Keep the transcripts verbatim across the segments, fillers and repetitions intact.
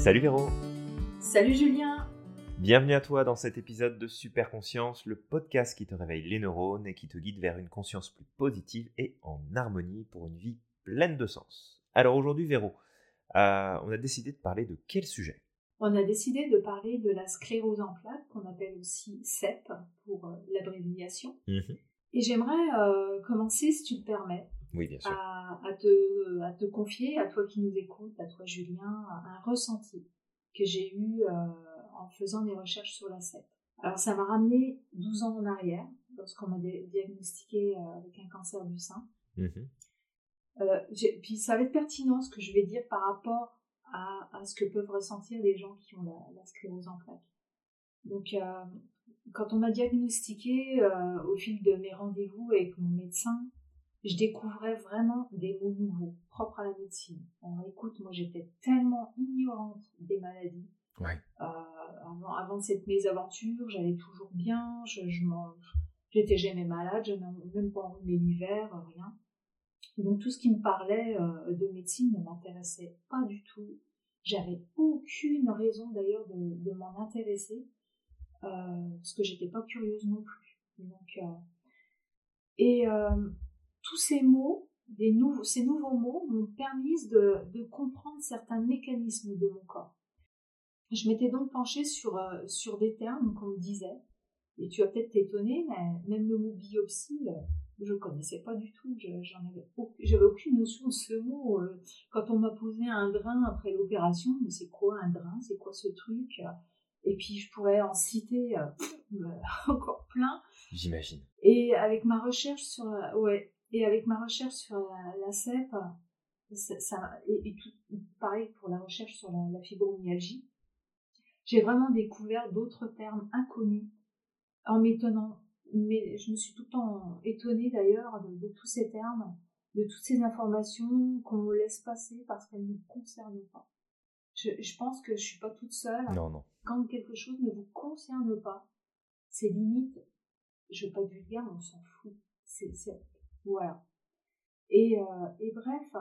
Salut Véro. Salut Julien. Bienvenue à toi dans cet épisode de Super Conscience, le podcast qui te réveille les neurones et qui te guide vers une conscience plus positive et en harmonie pour une vie pleine de sens. Alors aujourd'hui Véro, euh, on a décidé de parler de quel sujet ? On a décidé de parler de la sclérose en plaques, qu'on appelle aussi C E P pour euh, l'abréviation. Mmh. Et j'aimerais euh, commencer, si tu le permets, Oui, bien sûr. à, à, te, à te confier, à toi qui nous écoutes, à toi Julien, un ressenti que j'ai eu euh, en faisant des recherches sur la C E P. Alors ça m'a ramené douze ans en arrière, lorsqu'on m'a dé- diagnostiqué euh, avec un cancer du sein. Mmh. Euh, j'ai- puis ça va être pertinent ce que je vais dire par rapport à, à ce que peuvent ressentir les gens qui ont la, la sclérose en plaques. Donc, euh, quand on m'a diagnostiqué euh, au fil de mes rendez-vous avec mon médecin, je découvrais vraiment des mots nouveaux, propres à la médecine. Alors écoute, moi j'étais tellement ignorante des maladies. Ouais. Euh, avant, avant de cette mésaventure, j'allais toujours bien, je, je m'en, j'étais jamais malade, je n'avais même pas enrhumé l'hiver, rien. Donc tout ce qui me parlait euh, de médecine ne m'intéressait pas du tout. J'avais aucune raison d'ailleurs de, de m'en intéresser, euh, parce que j'étais pas curieuse non plus. Donc, euh, et euh, tous ces mots, des nouveaux, ces nouveaux mots m'ont permis de, de comprendre certains mécanismes de mon corps. Je m'étais donc penchée sur, euh, sur des termes qu'on me disait, et tu vas peut-être t'étonner, mais même le mot biopsie, euh, je ne connaissais pas du tout. Je, j'en avais aucune, j'avais aucune notion de ce mot. Euh, quand on m'a posé un drain après l'opération, mais c'est quoi un drain? C'est quoi ce truc? Et puis je pourrais en citer euh, encore plein. J'imagine. Et avec ma recherche sur la, ouais, et avec ma recherche sur la, la C E P, ça, ça, et, et tout, pareil pour la recherche sur la, la fibromyalgie, j'ai vraiment découvert d'autres termes inconnus en m'étonnant. Mais je me suis tout le temps étonnée d'ailleurs de, de tous ces termes, de toutes ces informations qu'on nous laisse passer parce qu'elles ne nous concernent pas. Je, je pense que je suis pas toute seule. Non, non. Quand quelque chose ne vous concerne pas, c'est limite, je veux pas être vulgaire, mais on s'en fout. C'est, c'est, voilà. Et, euh, et bref,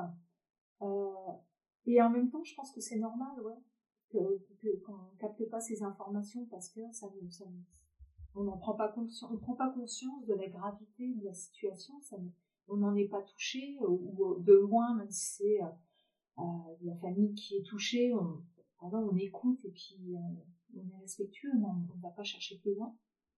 euh, et en même temps, je pense que c'est normal, ouais, que, que, qu'on ne capte pas ces informations parce que ça nous, ça nous, on n'en prend pas conscience, on prend pas conscience de la gravité de la situation, ça nous, on n'en est pas touché, ou, ou de loin, même si c'est euh, la famille qui est touchée, on, alors on écoute et puis euh, on est respectueux, on ne va pas chercher plus loin.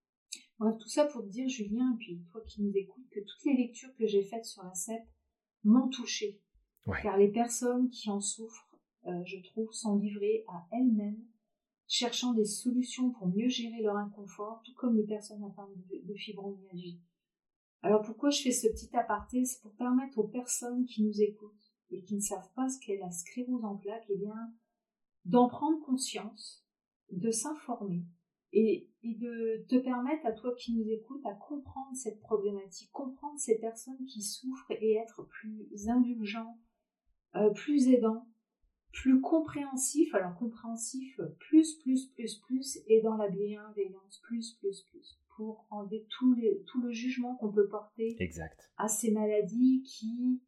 Bref, tout ça pour te dire, Julien, et puis toi qui nous écoutes, que toutes les lectures que j'ai faites sur la C E P m'ont touchée. Ouais. Car les personnes qui en souffrent, euh, je trouve, sont livrées à elles-mêmes, cherchant des solutions pour mieux gérer leur inconfort, tout comme les personnes atteintes de, de fibromyalgie. Alors pourquoi je fais ce petit aparté? C'est pour permettre aux personnes qui nous écoutent et qui ne savent pas ce qu'est la sclérose en plaques, eh bien, d'en prendre conscience, de s'informer et, et de te permettre à toi qui nous écoutes à comprendre cette problématique, comprendre ces personnes qui souffrent et être plus indulgent, euh, plus aidant, plus compréhensif, alors compréhensif plus, plus, plus, plus, et dans la bienveillance plus, plus, plus, pour enlever tout, les, tout le jugement qu'on peut porter Exact. à ces maladies qui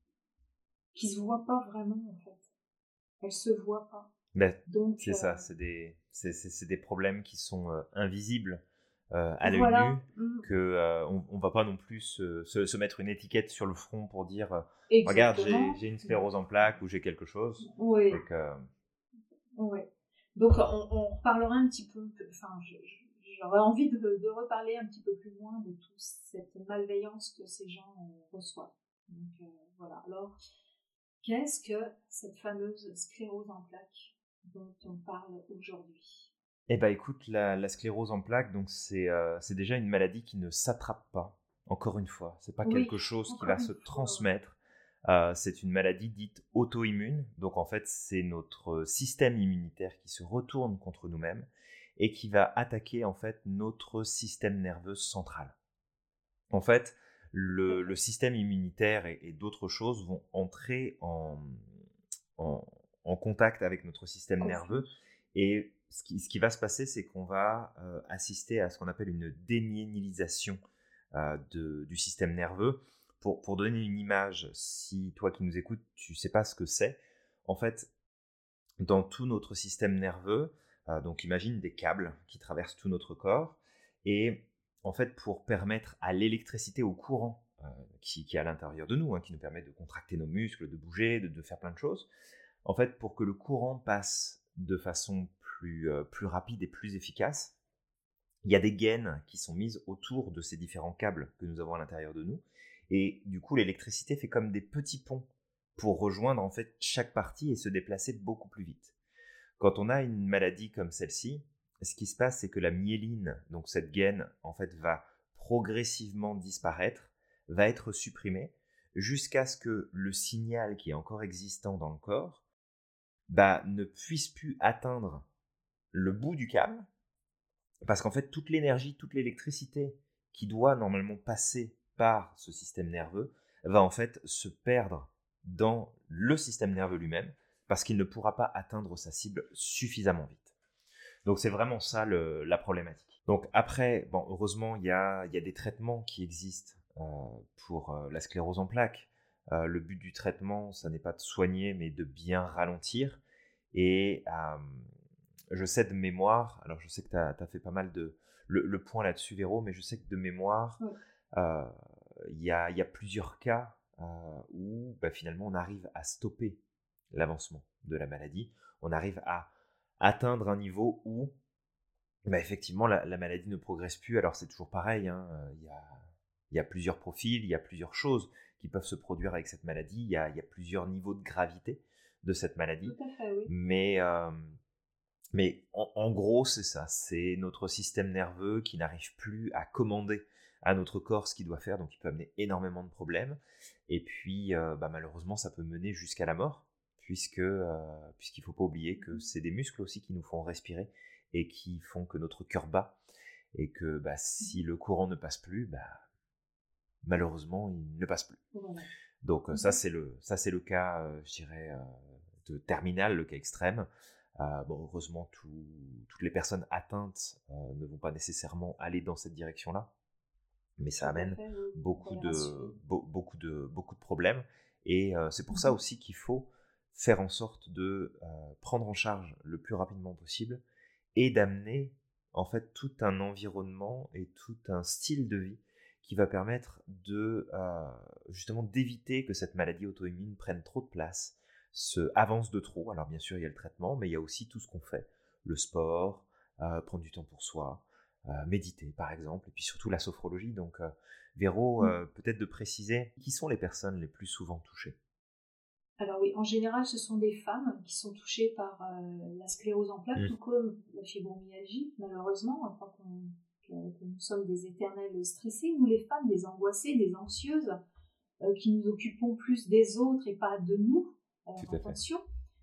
qui se voient pas vraiment en fait. Elles se voient pas. Ben, Donc c'est euh, ça, c'est des, c'est, c'est, c'est des problèmes qui sont euh, invisibles euh, à l'œil voilà. nu, Mm. que euh, on, on va pas non plus se, se, se mettre une étiquette sur le front pour dire euh, regarde, Exactement. j'ai, j'ai une sclérose en plaques ou j'ai quelque chose. Oui. Donc, euh, Oui. Donc on, on reparlera un petit peu, enfin je, je, j'aurais envie de, de reparler un petit peu plus loin de toute cette malveillance que ces gens euh, reçoivent. Donc euh, voilà. Alors, qu'est-ce que cette fameuse sclérose en plaques dont on parle aujourd'hui? eh ben écoute, la, la sclérose en plaques, donc c'est, euh, c'est déjà une maladie qui ne s'attrape pas. Encore une fois, c'est pas Oui, quelque chose qui va encore se une fois. transmettre. Euh, c'est une maladie dite auto-immune. Donc en fait, c'est notre système immunitaire qui se retourne contre nous-mêmes et qui va attaquer en fait notre système nerveux central. En fait, le, le système immunitaire et, et d'autres choses vont entrer en, en, en contact avec notre système Conflit. nerveux et ce qui, ce qui va se passer, c'est qu'on va euh, assister à ce qu'on appelle une démyélinisation euh, de, du système nerveux. Pour, pour donner une image, si toi qui nous écoutes, tu ne sais pas ce que c'est, en fait, dans tout notre système nerveux. Euh, donc imagine des câbles qui traversent tout notre corps. Et en fait, pour permettre à l'électricité, au courant euh, qui, qui est à l'intérieur de nous, hein, qui nous permet de contracter nos muscles, de bouger, de, de faire plein de choses, en fait, pour que le courant passe de façon plus, euh, plus rapide et plus efficace, il y a des gaines qui sont mises autour de ces différents câbles que nous avons à l'intérieur de nous. Et du coup, l'électricité fait comme des petits ponts pour rejoindre en fait chaque partie et se déplacer beaucoup plus vite. Quand on a une maladie comme celle-ci, ce qui se passe, c'est que la myéline, donc cette gaine, en fait, va progressivement disparaître, va être supprimée, jusqu'à ce que le signal qui est encore existant dans le corps bah, ne puisse plus atteindre le bout du câble, parce qu'en fait, toute l'énergie, toute l'électricité qui doit normalement passer par ce système nerveux va en fait se perdre dans le système nerveux lui-même, parce qu'il ne pourra pas atteindre sa cible suffisamment vite. Donc c'est vraiment ça le, la problématique. Donc après, bon, heureusement, il y a, y a des traitements qui existent euh, pour euh, la sclérose en plaques. Euh, le but du traitement, ça n'est pas de soigner, mais de bien ralentir. Et euh, je sais de mémoire, alors je sais que tu as fait pas mal de... Le, le point là-dessus, Véro, mais je sais que de mémoire, il ouais. euh, y, a, y a plusieurs cas euh, où bah, finalement on arrive à stopper l'avancement de la maladie. On arrive à atteindre un niveau où bah, effectivement la, la maladie ne progresse plus. Alors c'est toujours pareil, hein, y a, y a plusieurs profils, il y a plusieurs choses qui peuvent se produire avec cette maladie, il y a, y a plusieurs niveaux de gravité de cette maladie. Tout à fait, oui. Mais, euh, mais en, en gros, c'est ça, c'est notre système nerveux qui n'arrive plus à commander à notre corps ce qu'il doit faire, donc il peut amener énormément de problèmes. Et puis, euh, bah, malheureusement, ça peut mener jusqu'à la mort, puisque euh, puisqu'il ne faut pas oublier que c'est des muscles aussi qui nous font respirer et qui font que notre cœur bat, et que bah, si le courant ne passe plus, bah, malheureusement, il ne passe plus. Voilà. Donc ça, c'est le, ça, c'est le cas, euh, je dirais, euh, de terminal, le cas extrême. Euh, bon, heureusement, tout, toutes les personnes atteintes euh, ne vont pas nécessairement aller dans cette direction-là, mais ça amène fait, oui, beaucoup, de, be, beaucoup, de, beaucoup de problèmes. Et euh, c'est pour mm-hmm. ça aussi qu'il faut faire en sorte de euh, prendre en charge le plus rapidement possible et d'amener en fait tout un environnement et tout un style de vie qui va permettre de euh, justement d'éviter que cette maladie auto-immune prenne trop de place, se avance de trop. Alors bien sûr, il y a le traitement, mais il y a aussi tout ce qu'on fait, le sport, euh, prendre du temps pour soi, euh, méditer par exemple, et puis surtout la sophrologie. Donc euh, Véro, euh, peut-être de préciser qui sont les personnes les plus souvent touchées. Alors oui, en général, ce sont des femmes qui sont touchées par euh, la sclérose en plaques, mmh. tout comme la fibromyalgie. Malheureusement, je crois qu'on, que, que nous sommes des éternels stressés, nous les femmes, des angoissées, des anxieuses, euh, qui nous occupons plus des autres et pas de nous. Alors attention.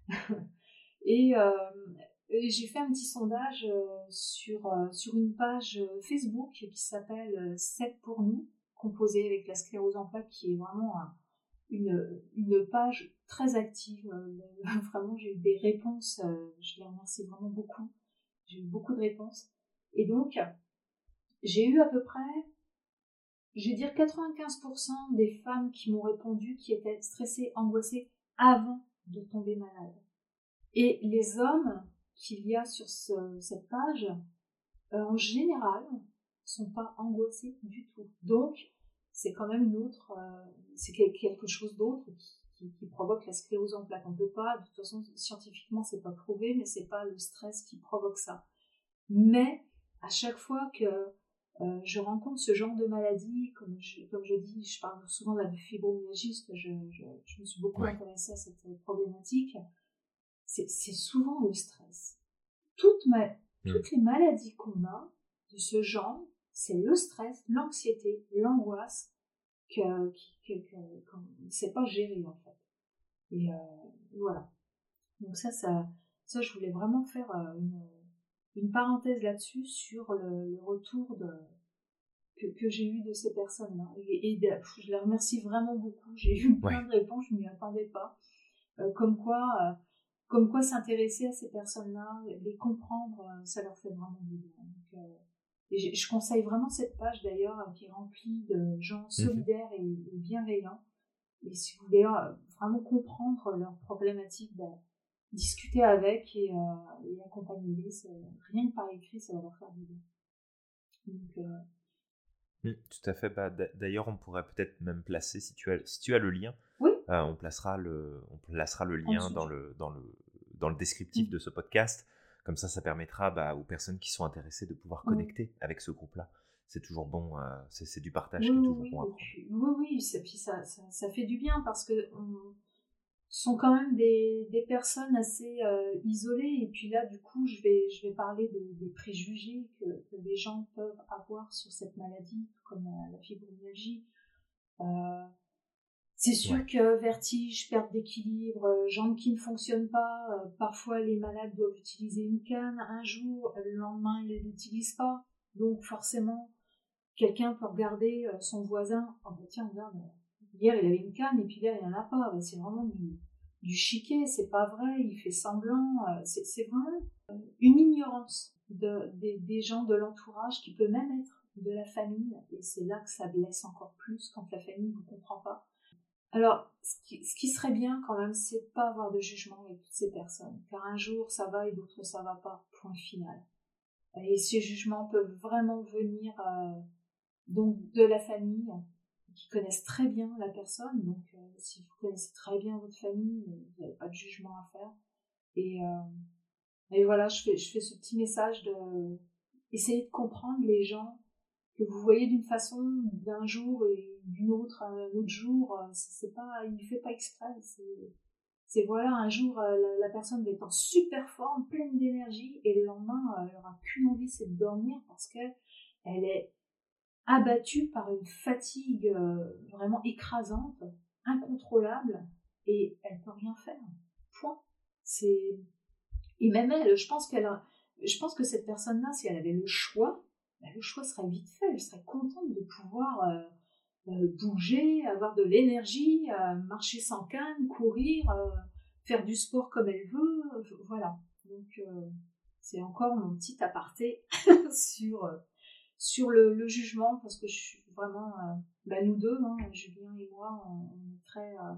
et, euh, et j'ai fait un petit sondage euh, sur, euh, sur une page Facebook qui s'appelle sept pour nous, composée avec la sclérose en plaques, qui est vraiment un Une, une page très active. Euh, vraiment, j'ai eu des réponses. Euh, je les remercie vraiment beaucoup. J'ai eu beaucoup de réponses. Et donc, j'ai eu à peu près, je vais dire quatre-vingt-quinze pour cent des femmes qui m'ont répondu qui étaient stressées, angoissées avant de tomber malade. Et les hommes qu'il y a sur ce, cette page, euh, en général, sont pas angoissés du tout. Donc, c'est quand même une autre, euh, c'est quelque chose d'autre qui, qui, qui provoque la sclérose en plaques. On peut pas, de toute façon, scientifiquement, c'est pas prouvé, mais c'est pas le stress qui provoque ça. Mais à chaque fois que euh, je rencontre ce genre de maladie, comme je, comme je dis, je parle souvent de la fibromyalgie, parce que je, je, je me suis beaucoup ouais. intéressée à cette problématique. C'est, c'est souvent le stress. Toutes, ma, mmh. toutes les maladies qu'on a de ce genre, c'est le stress, l'anxiété, l'angoisse que, que, que, qu'on ne sait pas gérer en fait. Et euh, voilà. Donc ça, ça, ça, je voulais vraiment faire une, une parenthèse là-dessus sur le, le retour de, que, que j'ai eu de ces personnes-là. Et, et de, je les remercie vraiment beaucoup. J'ai eu plein ouais. de réponses, je ne m'y attendais pas. Euh, comme quoi, euh, comme quoi s'intéresser à ces personnes-là, les comprendre, ça leur fait vraiment du bien. Donc, euh, et je, je conseille vraiment cette page d'ailleurs qui est remplie de gens solidaires mmh. et, et bienveillants. Et si vous voulez euh, vraiment comprendre leurs problématiques, ben, discuter avec et, euh, et accompagner-les. Rien que par écrit, ça va leur faire du bien. Donc, euh... mmh, tout à fait. Bah, d'ailleurs, on pourrait peut-être même placer, si tu as, si tu as le lien, oui. euh, on, placera le, on placera le lien dans le, dans, le, dans le descriptif mmh. de ce podcast. Comme ça, ça permettra bah, aux personnes qui sont intéressées de pouvoir connecter mmh. avec ce groupe-là. C'est toujours bon, euh, c'est, c'est du partage oui, qui est toujours oui, bon à prendre. Puis, oui, oui, et puis ça, ça, ça fait du bien parce que on... sont quand même des, des personnes assez euh, isolées. Et puis là, du coup, je vais, je vais parler des, des préjugés que, que les gens peuvent avoir sur cette maladie, comme la, la fibromyalgie. Euh, c'est sûr ouais. que vertige, perte d'équilibre, euh, jambes qui ne fonctionnent pas, euh, parfois les malades doivent utiliser une canne un jour, le lendemain ils ne l'utilisent pas. Donc forcément, quelqu'un peut regarder euh, son voisin, oh bah tiens, regarde, hier il avait une canne et puis là il n'y en a pas. Bah, c'est vraiment du, du chiquet, c'est pas vrai, il fait semblant. Euh, c'est, c'est vraiment une ignorance de, de, des gens de l'entourage qui peut même être de la famille. Et c'est là que ça blesse encore plus quand la famille ne vous comprend pas. Alors, ce qui, ce qui serait bien quand même, c'est de ne pas avoir de jugement avec toutes ces personnes. Car un jour ça va et d'autres ça va pas, point final. Et ces jugements peuvent vraiment venir euh, donc de la famille, qui connaissent très bien la personne. Donc, euh, si vous connaissez très bien votre famille, vous n'avez pas de jugement à faire. Et, euh, et voilà, je fais, je fais ce petit message de essayer de comprendre les gens que vous voyez d'une façon d'un jour et d'une autre un autre jour. C'est pas, il ne fait pas exprès. C'est, c'est voilà, un jour la, la personne va être en super forme, pleine d'énergie, et le lendemain, elle n'aura qu'une envie, c'est de dormir parce que elle est abattue par une fatigue euh, vraiment écrasante, incontrôlable, et elle ne peut rien faire. Point. C'est... Et même elle, je pense qu'elle a... je pense que cette personne-là, si elle avait le choix, ben le choix serait vite fait. Elle serait contente de pouvoir euh, euh, bouger, avoir de l'énergie, euh, marcher sans canne, courir, euh, faire du sport comme elle veut. Euh, voilà. Donc, euh, c'est encore mon petit aparté sur... Euh, sur le, le jugement, parce que je suis vraiment, euh, bah nous deux, hein, Julien et moi, on, on est très, euh,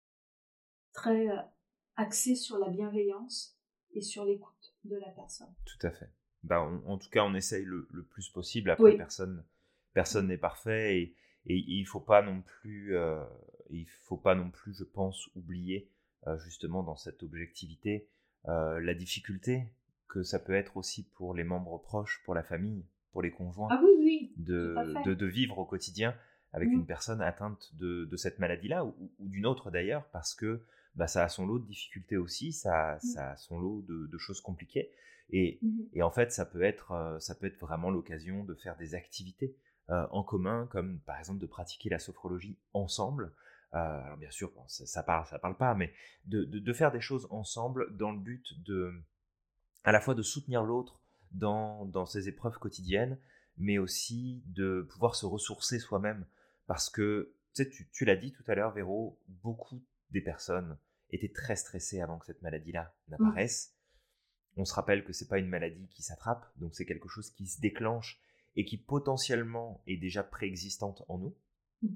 très euh, axés sur la bienveillance et sur l'écoute de la personne. Tout à fait. Bah, on, en tout cas, on essaye le, le plus possible. Après, oui. personne, personne n'est parfait et, et il faut pas non plus, euh, il faut pas non plus, je pense, oublier euh, justement dans cette objectivité euh, la difficulté que ça peut être aussi pour les membres proches, pour la famille, pour les conjoints, ah oui, oui, de, de, de vivre au quotidien avec mmh. une personne atteinte de, de cette maladie-là, ou, ou d'une autre d'ailleurs, parce que bah, ça a son lot de difficultés aussi, ça, mmh. ça a son lot de, de choses compliquées, et, mmh. et en fait, ça peut, être, ça peut être vraiment l'occasion de faire des activités euh, en commun, comme par exemple de pratiquer la sophrologie ensemble. Euh, alors bien sûr, bon, ça, ça parle, ça parle pas, mais de, de, de faire des choses ensemble dans le but de, à la fois de soutenir l'autre dans, dans ses épreuves quotidiennes, mais aussi de pouvoir se ressourcer soi-même. Parce que, tu sais, tu, tu l'as dit tout à l'heure, Véro, beaucoup des personnes étaient très stressées avant que cette maladie-là n'apparaisse. Mmh. On se rappelle que c'est pas une maladie qui s'attrape, donc c'est quelque chose qui se déclenche et qui potentiellement est déjà préexistante en nous. Mmh.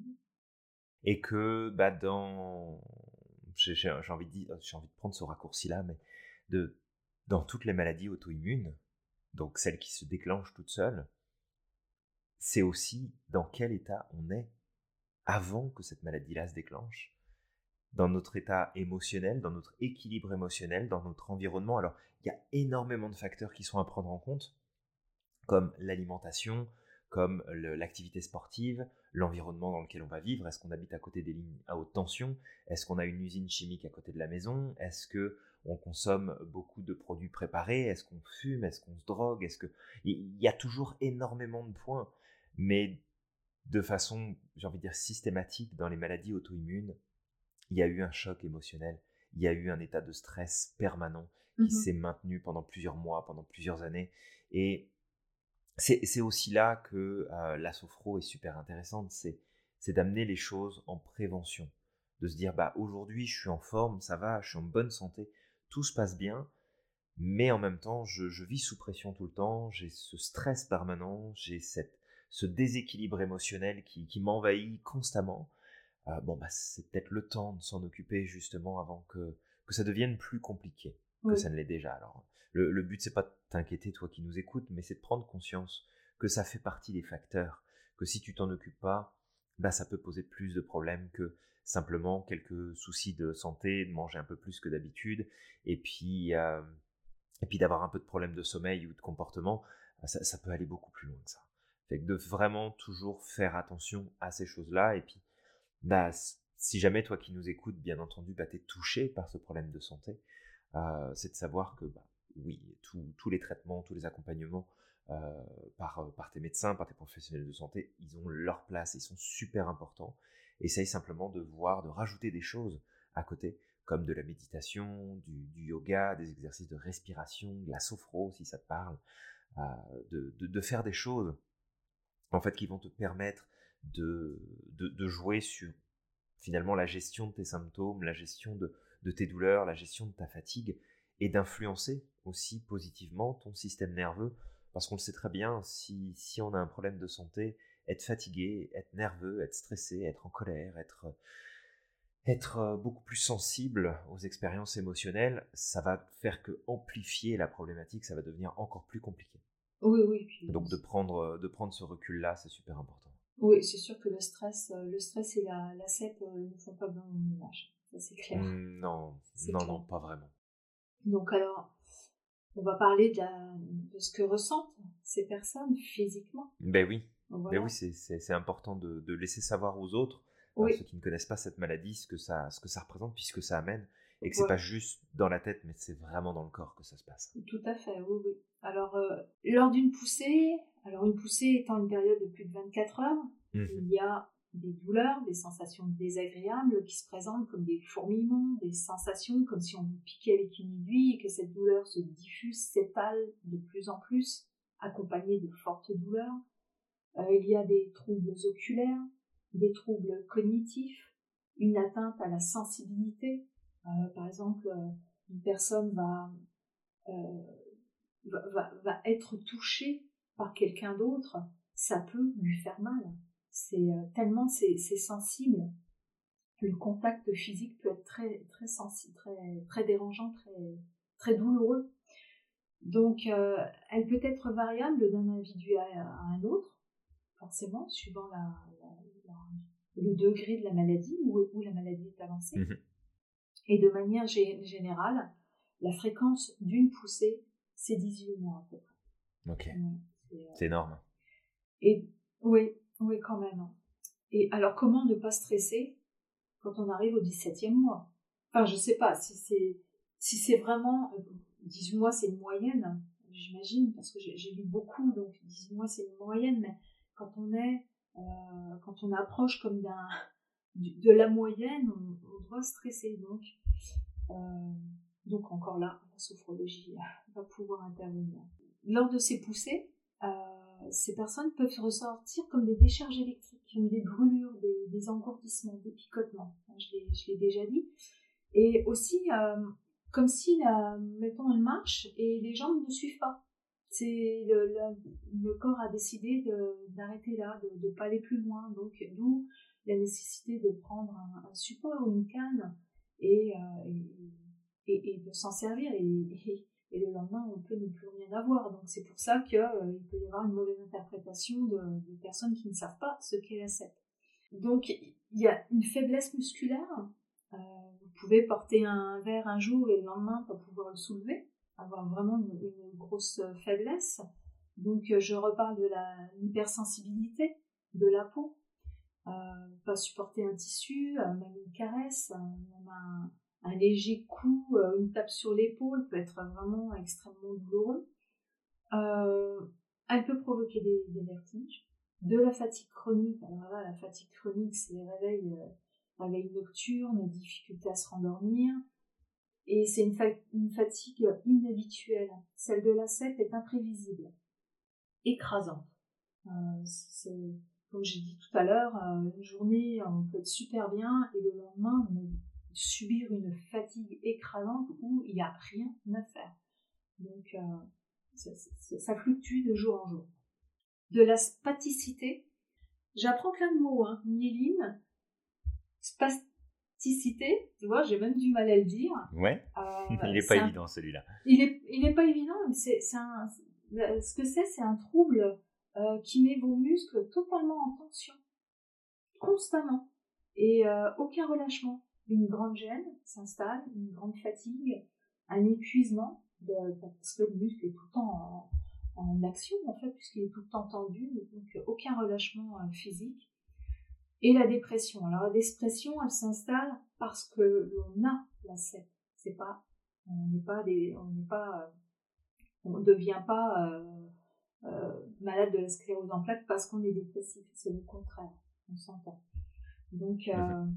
Et que, bah, dans... J'ai, j'ai, j'ai, envie de dire, j'ai envie de prendre ce raccourci-là, mais de... dans toutes les maladies auto-immunes, donc celles qui se déclenchent toutes seules, c'est aussi dans quel état on est avant que cette maladie-là se déclenche, dans notre état émotionnel, dans notre équilibre émotionnel, dans notre environnement. Alors, il y a énormément de facteurs qui sont à prendre en compte, comme l'alimentation, comme le, l'activité sportive, l'environnement dans lequel on va vivre. Est-ce qu'on habite à côté des lignes à haute tension? Est-ce qu'on a une usine chimique à côté de la maison? Est-ce que on consomme beaucoup de produits préparés? Est-ce qu'on fume? Est-ce qu'on se drogue? Est-ce que... Il y a toujours énormément de points, mais de façon, j'ai envie de dire, systématique dans les maladies auto-immunes, il y a eu un choc émotionnel, il y a eu un état de stress permanent qui mmh. s'est maintenu pendant plusieurs mois, pendant plusieurs années, et c'est, c'est aussi là que euh, la sophro est super intéressante, c'est, c'est d'amener les choses en prévention, de se dire, bah, aujourd'hui je suis en forme, ça va, je suis en bonne santé, tout se passe bien, mais en même temps, je, je vis sous pression tout le temps, j'ai ce stress permanent, j'ai cette, ce déséquilibre émotionnel qui, qui m'envahit constamment. Euh, bon, bah, c'est peut-être le temps de s'en occuper justement avant que, que ça devienne plus compliqué. que Oui. ça ne l'est déjà. Alors, le, le but, c'est pas de t'inquiéter, toi qui nous écoutes, mais c'est de prendre conscience que ça fait partie des facteurs, que si tu t'en occupes pas, bah, ça peut poser plus de problèmes que simplement quelques soucis de santé, de manger un peu plus que d'habitude, et puis, euh, et puis d'avoir un peu de problèmes de sommeil ou de comportement, ça, ça peut aller beaucoup plus loin que ça. Fait que de vraiment toujours faire attention à ces choses-là, et puis bah, si jamais toi qui nous écoutes, bien entendu, bah, tu es touché par ce problème de santé, euh, c'est de savoir que bah, oui, tout- tous les traitements, tous les accompagnements euh, par, par tes médecins, par tes professionnels de santé, ils ont leur place, ils sont super importants. Essaye simplement de voir, de rajouter des choses à côté, comme de la méditation, du, du yoga, des exercices de respiration, de la sophro si ça te parle, euh, de, de, de faire des choses en fait qui vont te permettre de, de, de jouer sur finalement la gestion de tes symptômes, la gestion de, de tes douleurs, la gestion de ta fatigue, et d'influencer aussi positivement ton système nerveux, parce qu'on le sait très bien, si, si on a un problème de santé, être fatigué, être nerveux, être stressé, être en colère, être, être beaucoup plus sensible aux expériences émotionnelles, ça va faire que amplifier la problématique, ça va devenir encore plus compliqué. Oui, oui. Puis, Donc de prendre, de prendre ce recul-là, c'est super important. oui, c'est sûr que le stress, euh, le stress et la, la C E P euh, ne font pas bon ménage. Ça, c'est clair. Mmh, non, C'est non, clair. non, pas vraiment. Donc alors, on va parler de, la, de ce que ressentent ces personnes physiquement. Ben oui, Voilà. ben oui, c'est, c'est, c'est important de, de laisser savoir aux autres, à Oui. ceux qui ne connaissent pas cette maladie, ce que ça, ce que ça représente, puis ce que ça amène, et que c'est Voilà. pas juste dans la tête, mais c'est vraiment dans le corps que ça se passe. Tout à fait, oui, oui. Alors, euh, lors d'une poussée, alors une poussée étant une période de plus de vingt-quatre heures, Mmh. il y a des douleurs, des sensations désagréables qui se présentent comme des fourmillements, des sensations comme si on vous piquait avec une aiguille et que cette douleur se diffuse, s'étale de plus en plus, accompagnée de fortes douleurs. Euh, il y a des troubles oculaires, des troubles cognitifs, une atteinte à la sensibilité. Euh, par exemple, euh, une personne va, euh, va, va, va être touchée par quelqu'un d'autre, ça peut lui faire mal. C'est euh, tellement c'est, c'est sensible. Le contact physique peut être très très sensible, très très dérangeant, très très douloureux. Donc, euh, elle peut être variable d'un individu à, à un autre, forcément, suivant la, la, la, le degré de la maladie, où, où la maladie est avancée. Mmh. Et de manière gé- générale, la fréquence d'une poussée, c'est dix-huit mois à peu près. Ok, Ouais, c'est, euh, c'est énorme. Et oui, oui, quand même. Et alors, comment ne pas stresser quand on arrive au dix-septième mois? Enfin, je sais pas si c'est si c'est vraiment dix-huit mois, c'est une moyenne, j'imagine, parce que j'ai, j'ai lu beaucoup, donc dix-huit mois, c'est une moyenne. Mais quand on est euh, quand on approche comme d'un de la moyenne, on, on doit stresser. Donc, euh, donc encore là, la sophrologie va pouvoir intervenir. Lors de ces poussées, euh, ces personnes peuvent ressortir comme des décharges électriques, comme des brûlures, des, des engourdissements, des picotements. Je l'ai, je l'ai déjà dit. Et aussi, euh, comme si, la, mettons, elle marche et les jambes ne suivent pas. C'est le, le, le corps a décidé de, d'arrêter là, de ne pas aller plus loin. Donc, d'où la nécessité de prendre un, un support ou une canne et, euh, et, et, et de s'en servir. Et, et, et le lendemain, on peut ne plus rien avoir. Donc, c'est pour ça qu'il euh, peut y avoir une mauvaise interprétation de, de personnes qui ne savent pas ce qu'est la C E P. Donc, il y a une faiblesse musculaire. Euh, vous pouvez porter un verre un jour et le lendemain pas pouvoir le soulever, avoir vraiment une, une grosse faiblesse. Donc euh, je reparle de la l'hypersensibilité de la peau, euh, pas supporter un tissu, euh, même une caresse, euh, même un, un léger coup, euh, une tape sur l'épaule peut être vraiment extrêmement douloureux. Euh, elle peut provoquer des, des vertiges, de la fatigue chronique. Alors là, la fatigue chronique, c'est les réveils euh, réveil nocturne, difficulté à se rendormir, et c'est une, fa- une fatigue inhabituelle. Celle de la C E P est imprévisible, écrasante. Euh, c'est, comme j'ai dit tout à l'heure, euh, une journée, on peut être super bien, et le lendemain, on subir une fatigue écrasante où il n'y a rien à faire. Donc, euh, ça, ça, ça fluctue de jour en jour. De la spasticité, j'apprends plein de mots, hein. Myéline, spasticité, plasticité, tu vois, j'ai même du mal à le dire. Ouais, Euh, il n'est pas un... évident celui-là. Il est, il est pas évident, mais c'est, c'est un, ce que c'est, c'est un trouble euh, qui met vos muscles totalement en tension, constamment, et euh, aucun relâchement. Une grande gêne s'installe, une grande fatigue, un épuisement, de, parce que le muscle est tout le temps en, en action, en fait, puisqu'il est tout le temps tendu, donc aucun relâchement euh, physique. Et la dépression. Alors la dépression, elle s'installe parce que l'on a la C E P. C'est pas, on n'est pas des, on n'est pas, on ne devient pas euh, euh, malade de la sclérose en plaques parce qu'on est dépressif. C'est le contraire. On s'entend. Donc euh, mmh.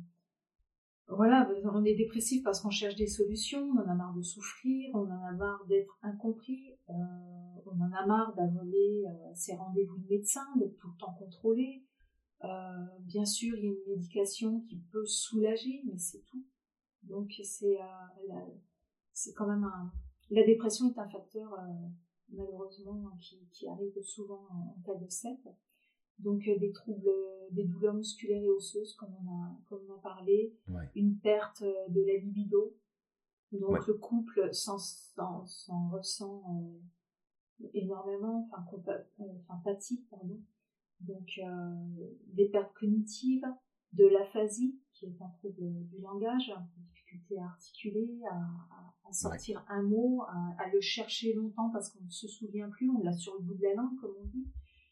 voilà, on est dépressif parce qu'on cherche des solutions. On en a marre de souffrir. On en a marre d'être incompris. Euh, on en a marre d'avaler euh, ses rendez-vous de médecin, d'être tout le temps contrôlé. Euh, bien sûr, il y a une médication qui peut soulager, mais c'est tout. Donc, c'est, euh, la, c'est quand même un... La dépression est un facteur, euh, malheureusement, qui, qui arrive souvent en, en cas de C E P. Donc, euh, des troubles, des douleurs musculaires et osseuses, comme on a, comme on a parlé, ouais. Une perte de la libido. Donc, ouais. Le couple s'en, s'en, s'en ressent euh, énormément, enfin, compa- euh, enfin, pâtit, pardon. Donc, euh, des pertes cognitives, de l'aphasie, qui est un trouble du langage, une difficulté à articuler, à, à, à sortir ouais. un mot, à, à le chercher longtemps parce qu'on ne se souvient plus, on l'a sur le bout de la langue, comme on dit,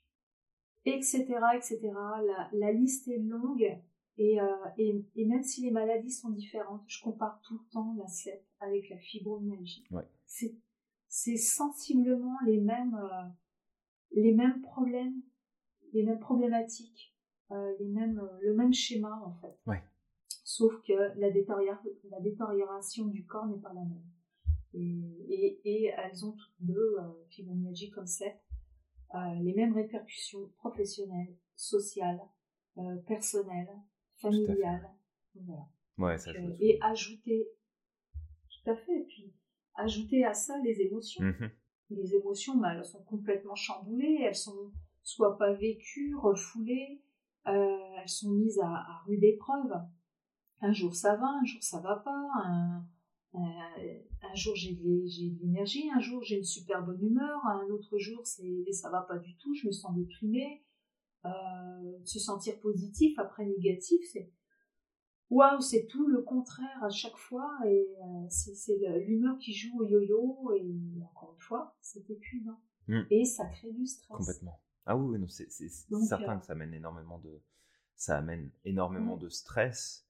et cetera, et cetera. La, la liste est longue, et, euh, et, et même si les maladies sont différentes, je compare tout le temps la C E P avec la fibromyalgie. Ouais. C'est, c'est sensiblement les mêmes, euh, les mêmes problèmes, les mêmes problématiques, euh, les mêmes, euh, le même schéma en fait. Ouais. Sauf que la, détérior- la détérioration du corps n'est pas la même. Et, et, et elles ont toutes deux, euh, fibromyalgie comme C E P, euh, les mêmes répercussions professionnelles, sociales, euh, personnelles, familiales. Voilà. Ouais, ça Donc, euh, et ajouter, tout à fait, et puis ajouter à ça les émotions. Mm-hmm. Les émotions, bah, elles sont complètement chamboulées, elles sont soit pas vécues, refoulées, euh, elles sont mises à, à rude épreuve. Un jour ça va, un jour ça va pas, un, un, un jour j'ai de, j'ai de l'énergie, un jour j'ai une super bonne humeur, un autre jour c'est, ça va pas du tout, je me sens déprimée. Euh, se sentir positif après négatif, c'est waouh, c'est tout le contraire à chaque fois, et euh, c'est, c'est l'humeur qui joue au yo-yo, et encore une fois, c'est épuisant. Mm. Et ça crée du stress. Complètement. Ah oui, non, c'est, c'est, c'est Donc, certain euh... que ça amène énormément de, ça amène énormément ouais. de stress,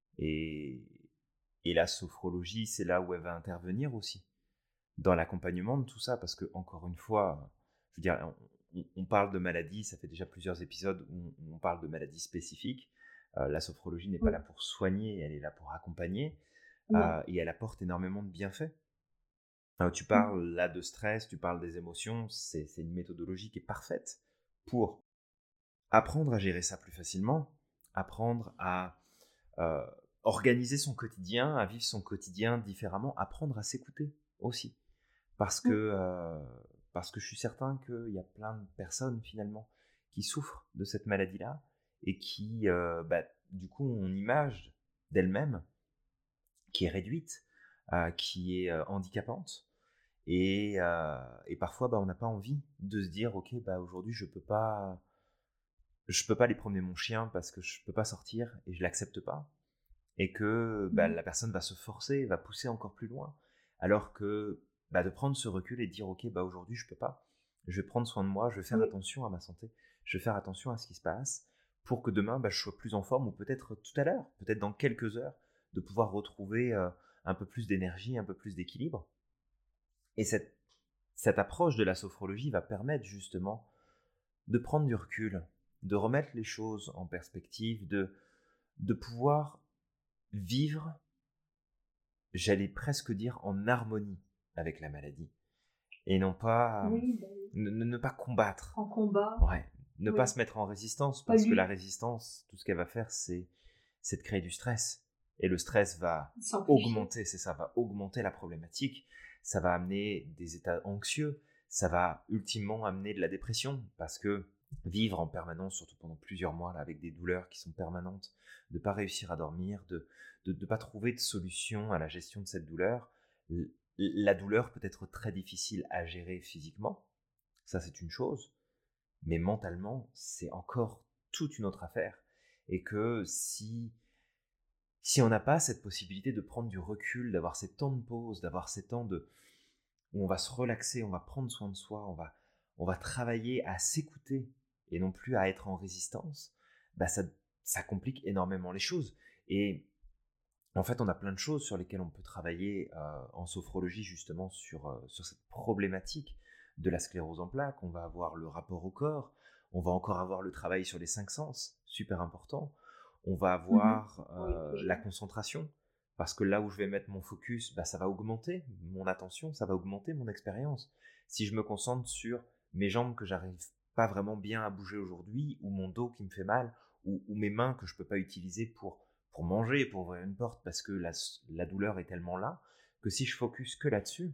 et, et la sophrologie, c'est là où elle va intervenir aussi, dans l'accompagnement de tout ça, parce que, encore une fois, je veux dire, on, on parle de maladies, ça fait déjà plusieurs épisodes où on, on parle de maladies spécifiques. Euh, la sophrologie n'est pas oui. là pour soigner, elle est là pour accompagner, euh, et elle apporte énormément de bienfaits. Euh, tu parles oui. là de stress, tu parles des émotions, c'est, c'est une méthodologie qui est parfaite pour apprendre à gérer ça plus facilement, apprendre à euh, organiser son quotidien, à vivre son quotidien différemment, apprendre à s'écouter aussi. Parce que, euh, parce que je suis certain qu'il y a plein de personnes finalement qui souffrent de cette maladie-là, et qui, euh, bah, du coup, ont une image d'elle-même qui est réduite, euh, qui est euh, handicapante, et, euh, et parfois, bah, on n'a pas envie de se dire, ok, bah, aujourd'hui, je peux pas, je peux pas aller promener mon chien parce que je peux pas sortir et je l'accepte pas, et que bah, mmh. la personne va se forcer, va pousser encore plus loin, alors que bah, de prendre ce recul et de dire, ok, bah, aujourd'hui, je peux pas, je vais prendre soin de moi, je vais faire oui. attention à ma santé, je vais faire attention à ce qui se passe, pour que demain, bah, je sois plus en forme, ou peut-être tout à l'heure, peut-être dans quelques heures, de pouvoir retrouver euh, un peu plus d'énergie, un peu plus d'équilibre. Et cette, cette approche de la sophrologie va permettre justement de prendre du recul, de remettre les choses en perspective, de, de pouvoir vivre, j'allais presque dire, en harmonie avec la maladie. Et non pas... Oui, bah oui. Ne, ne pas combattre. En combat. Ouais. Ne oui. pas se mettre en résistance, parce que la résistance, tout ce qu'elle va faire, c'est, c'est de créer du stress. Et le stress va augmenter, c'est ça, va augmenter la problématique. Ça va amener des états anxieux. Ça va ultimement amener de la dépression, parce que vivre en permanence, surtout pendant plusieurs mois, là, avec des douleurs qui sont permanentes, de ne pas réussir à dormir, de ne de, de pas trouver de solution à la gestion de cette douleur. L- La douleur peut être très difficile à gérer physiquement, ça c'est une chose, mais mentalement, c'est encore toute une autre affaire. Et que si, si on n'a pas cette possibilité de prendre du recul, d'avoir ces temps de pause, d'avoir ces temps de, où on va se relaxer, on va prendre soin de soi, on va, on va travailler à s'écouter et non plus à être en résistance, bah ça, ça complique énormément les choses. Et en fait, on a plein de choses sur lesquelles on peut travailler euh, en sophrologie, justement, sur, euh, sur cette problématique de la sclérose en plaques. On va avoir le rapport au corps, on va encore avoir le travail sur les cinq sens, super important. On va Mhm. avoir Oui, euh, la toujours. concentration, parce que là où je vais mettre mon focus, bah, ça va augmenter mon attention, ça va augmenter mon expérience. Si je me concentre sur mes jambes que j'arrive pas vraiment bien à bouger aujourd'hui, ou mon dos qui me fait mal, ou, ou mes mains que je peux pas utiliser pour pour manger, pour ouvrir une porte, parce que la, la douleur est tellement là, que si je focus que là-dessus,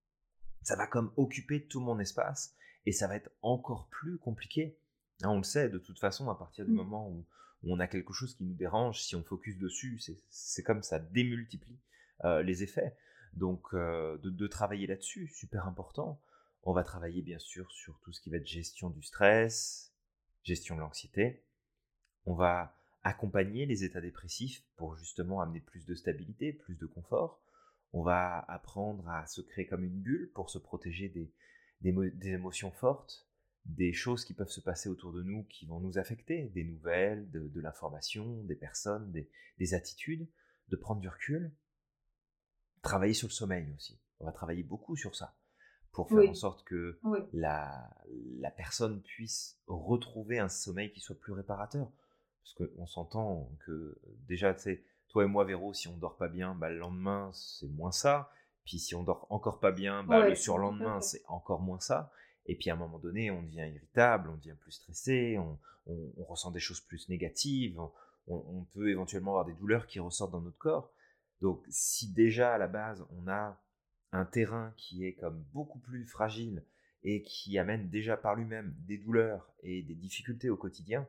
ça va comme occuper tout mon espace, et ça va être encore plus compliqué. Hein, on le sait, de toute façon, à partir du Mm. moment où, où on a quelque chose qui nous dérange, si on focus dessus, c'est, c'est comme ça démultiplie euh, les effets. Donc, euh, de, de travailler là-dessus, super important. On va travailler bien sûr sur tout ce qui va être gestion du stress, gestion de l'anxiété. On va accompagner les états dépressifs pour justement amener plus de stabilité, plus de confort. On va apprendre à se créer comme une bulle pour se protéger des, des, des émotions fortes, des choses qui peuvent se passer autour de nous qui vont nous affecter, des nouvelles, de, de l'information, des personnes, des, des attitudes, de prendre du recul. Travailler sur le sommeil aussi. On va travailler beaucoup sur ça pour faire en Oui, sorte que oui, la, la personne puisse retrouver un sommeil qui soit plus réparateur. Parce qu'on s'entend que déjà, tu sais, toi et moi, Véro, si on dort pas bien, bah, le lendemain, c'est moins ça. Puis si on dort encore pas bien, bah, le ouais, tout à surlendemain, fait. c'est encore moins ça. Et puis à un moment donné, on devient irritable, on devient plus stressé, on, on, on ressent des choses plus négatives, on, on, on peut éventuellement avoir des douleurs qui ressortent dans notre corps. Donc si déjà à la base, on a un terrain qui est comme beaucoup plus fragile et qui amène déjà par lui-même des douleurs et des difficultés au quotidien,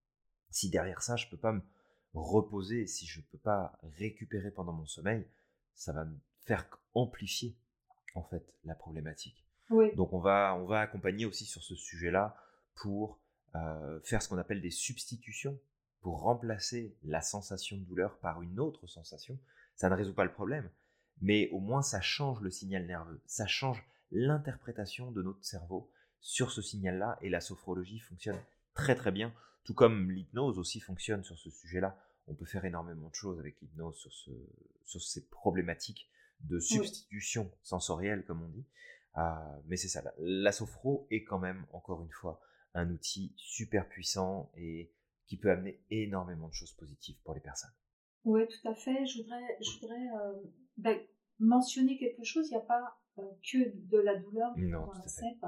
si derrière ça je peux pas me reposer, si je peux pas récupérer pendant mon sommeil, ça va me faire amplifier en fait la problématique. Oui, Donc on va on va accompagner aussi sur ce sujet-là pour euh, faire ce qu'on appelle des substitutions pour remplacer la sensation de douleur par une autre sensation. Ça ne résout pas le problème, mais au moins ça change le signal nerveux, ça change l'interprétation de notre cerveau sur ce signal-là, et la sophrologie fonctionne très très bien, tout comme l'hypnose aussi fonctionne sur ce sujet-là. On peut faire énormément de choses avec l'hypnose sur, ce, sur ces problématiques de oui. substitution sensorielle, comme on dit. Euh, mais c'est ça, la, la sophro est quand même, encore une fois, un outil super puissant et qui peut amener énormément de choses positives pour les personnes. Oui, tout à fait. Je voudrais, je voudrais euh, ben, mentionner quelque chose. Il n'y a pas euh, que de la douleur Non, dans la tout à fait. C E P.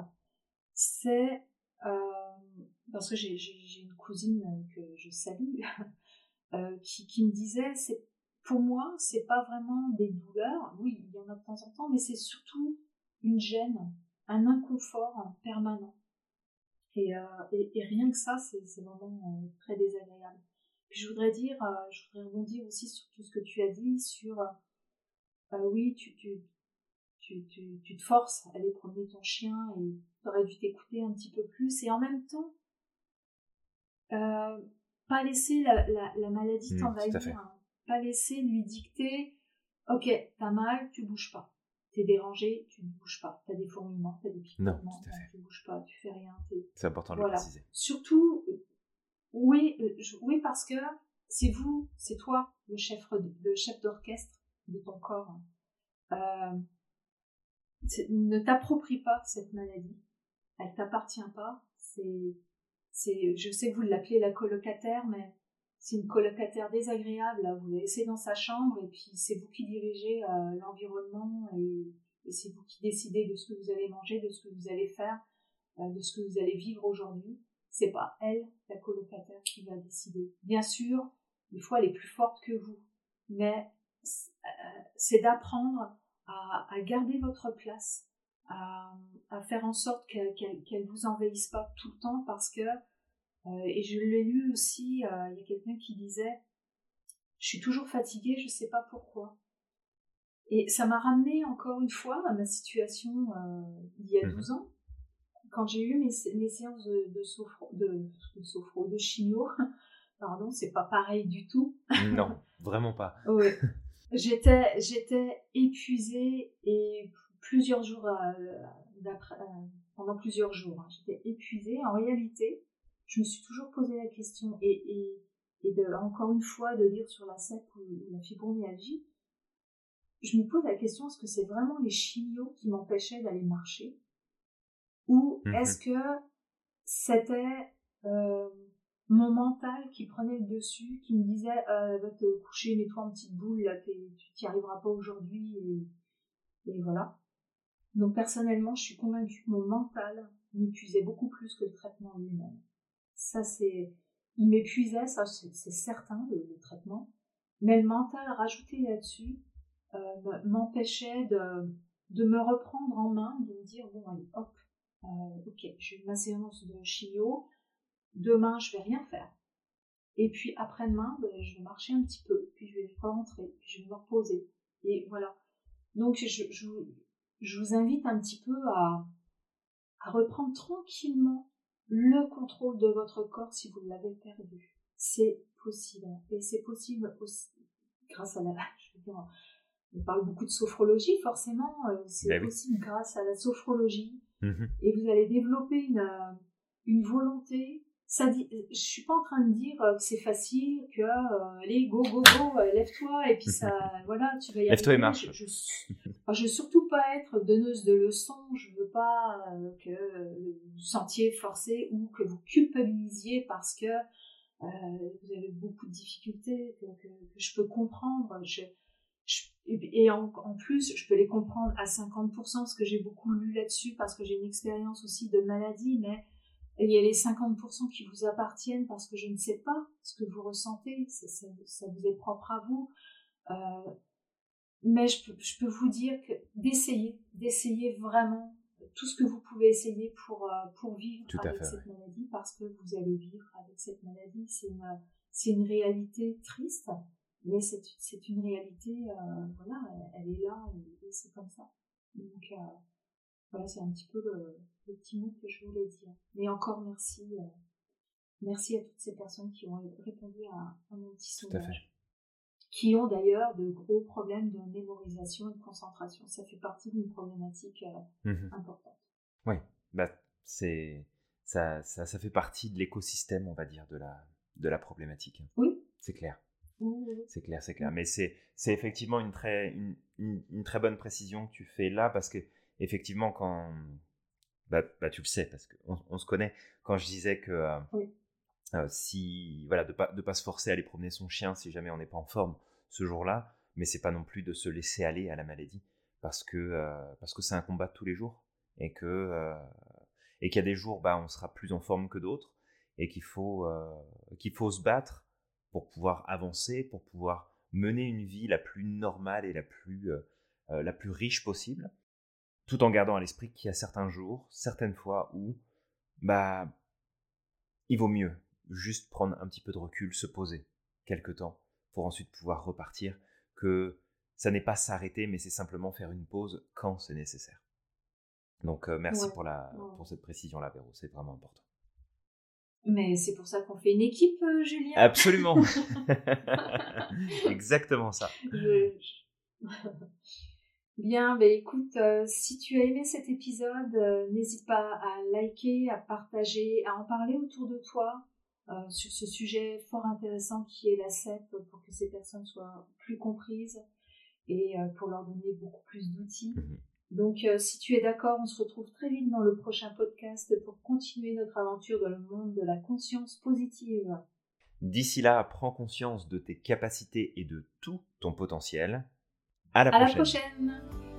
C'est euh, parce que j'ai, j'ai, j'ai une cousine que je salue euh, qui, qui me disait, c'est pour moi, c'est pas vraiment des douleurs. Oui, il y en a de temps en temps, mais c'est surtout une gêne, un inconfort permanent. Et, euh, et, et rien que ça, c'est, c'est vraiment euh, très désagréable. Puis je voudrais dire, euh, je voudrais rebondir aussi sur tout ce que tu as dit, sur, euh, euh, oui, tu, tu, tu, tu, tu te forces à aller promener ton chien et tu aurais dû t'écouter un petit peu plus. Et en même temps, euh, pas laisser la, la, la maladie Mmh, tout à t'envahir, fait. hein. Pas laisser lui dicter, ok, t'as mal, tu bouges pas. T'es dérangé, tu ne bouges pas. T'as des fourmillements, t'as des Non, picotements, tout à non, fait. tu bouges pas, tu fais rien. T'es... C'est important de le Voilà. préciser. Surtout, oui, euh, je- oui, parce que c'est vous, c'est toi, le chef, le chef d'orchestre de ton corps. Euh, ne t'approprie pas cette maladie. Elle t'appartient pas. C'est, c'est, je sais que vous l'appelez la colocataire, mais c'est une colocataire désagréable. Là. Vous la laissez dans sa chambre et puis c'est vous qui dirigez euh, l'environnement et, et c'est vous qui décidez de ce que vous allez manger, de ce que vous allez faire, euh, de ce que vous allez vivre aujourd'hui. C'est pas elle, la colocataire, qui va décider. Bien sûr, des fois elle est plus forte que vous, mais c'est d'apprendre à, à garder votre place à, à faire en sorte qu'elle qu'elle, qu'elle vous envahisse pas tout le temps parce que, euh, et je l'ai lu aussi, euh, il y a quelqu'un qui disait, je suis toujours fatiguée, je sais pas pourquoi. Et ça m'a ramené encore une fois à ma situation euh, il y a douze ans, quand j'ai eu mes, mes séances de, de, sophro, de, de sophro, de chimio. Pardon, c'est pas pareil du tout. Non, vraiment pas. Oui. J'étais, j'étais épuisée et plusieurs jours euh, d'après, euh, pendant plusieurs jours, hein, j'étais épuisée. En réalité, je me suis toujours posé la question et, et, et de, encore une fois de lire sur la C E P ou, ou la fibromyalgie, je me pose la question, est-ce que c'est vraiment les chimios qui m'empêchaient d'aller marcher ou Mmh est-ce que c'était euh, mon mental qui prenait le dessus, qui me disait euh, va te coucher, mets-toi en petite boule, là, tu t'y arriveras pas aujourd'hui et, et voilà. Donc personnellement, je suis convaincue que mon mental m'épuisait beaucoup plus que le traitement lui-même. Ça c'est, il m'épuisait, ça c'est, c'est certain, le, le traitement, mais le mental rajouté là-dessus euh, m'empêchait de, de me reprendre en main, de me dire bon allez hop, euh, ok, j'ai eu ma séance de chimio, demain je vais rien faire. Et puis après-demain, ben, je vais marcher un petit peu, puis je vais rentrer, puis je vais me reposer. Et voilà. Donc je, je, je vous invite un petit peu à, à reprendre tranquillement le contrôle de votre corps si vous l'avez perdu. C'est possible. Et c'est possible aussi grâce à la... Je veux dire, on parle beaucoup de sophrologie, forcément. C'est ben possible oui. Grâce à la sophrologie. Mmh. Et vous allez développer une, une volonté. Ça dit, je suis pas en train de dire que c'est facile, que euh, allez go go go, euh, lève-toi et puis ça, voilà, tu vas y arriver. Lève-toi et marche. Je, je, enfin, je veux surtout pas être donneuse de leçons. Je veux pas euh, que euh, vous sentiez forcé ou que vous culpabilisiez parce que euh, vous avez beaucoup de difficultés que, que, que je peux comprendre. Je, je, et en, en plus, je peux les comprendre à cinquante pour cent parce que j'ai beaucoup lu là-dessus, parce que j'ai une expérience aussi de maladie, mais il y a les cinquante pour cent qui vous appartiennent parce que je ne sais pas ce que vous ressentez, ça, ça, ça vous est propre à vous. Euh, mais je peux, je peux vous dire que d'essayer, d'essayer vraiment tout ce que vous pouvez essayer pour, euh, pour vivre tout avec fait, cette ouais. maladie, parce que vous allez vivre avec cette maladie. C'est une, c'est une réalité triste, mais c'est, c'est une réalité, euh, voilà, elle, elle est là et, et c'est comme ça. Donc, euh, voilà, c'est un petit peu le, le petit mot que je voulais dire. Mais encore merci, euh, merci à toutes ces personnes qui ont répondu à, à mon petit sondage, qui ont d'ailleurs de gros problèmes de mémorisation et de concentration. Ça fait partie d'une problématique euh, mmh. importante. Oui, bah, c'est, ça, ça, ça fait partie de l'écosystème, on va dire, de la, de la problématique. Oui. C'est clair. Oui, oui. C'est clair, c'est clair. Mais c'est, c'est effectivement une très, une, une, une très bonne précision que tu fais là, parce que effectivement, quand... Bah, bah, tu le sais, parce qu'on on se connaît. Quand je disais que euh, oui. euh, si, voilà, de ne pas, de pas se forcer à aller promener son chien si jamais on n'est pas en forme ce jour-là, mais c'est pas non plus de se laisser aller à la maladie, parce que, euh, parce que c'est un combat de tous les jours, et, que, euh, et qu'il y a des jours, bah, on sera plus en forme que d'autres, et qu'il faut, euh, qu'il faut se battre pour pouvoir avancer, pour pouvoir mener une vie la plus normale et la plus, euh, euh, la plus riche possible, tout en gardant à l'esprit qu'il y a certains jours, certaines fois où bah, il vaut mieux juste prendre un petit peu de recul, se poser quelque temps pour ensuite pouvoir repartir, que ça n'est pas s'arrêter, mais c'est simplement faire une pause quand c'est nécessaire. Donc euh, merci ouais, pour, la, ouais. pour cette précision-là, Véro, c'est vraiment important. Mais c'est pour ça qu'on fait une équipe, euh, Julien. Absolument. Exactement ça. Je... Bien, ben écoute, euh, si tu as aimé cet épisode, euh, n'hésite pas à liker, à partager, à en parler autour de toi euh, sur ce sujet fort intéressant qui est la C E P, pour que ces personnes soient plus comprises et euh, pour leur donner beaucoup plus d'outils. Mmh. Donc, euh, si tu es d'accord, on se retrouve très vite dans le prochain podcast pour continuer notre aventure dans le monde de la conscience positive. D'ici là, prends conscience de tes capacités et de tout ton potentiel. À la à prochaine. La prochaine.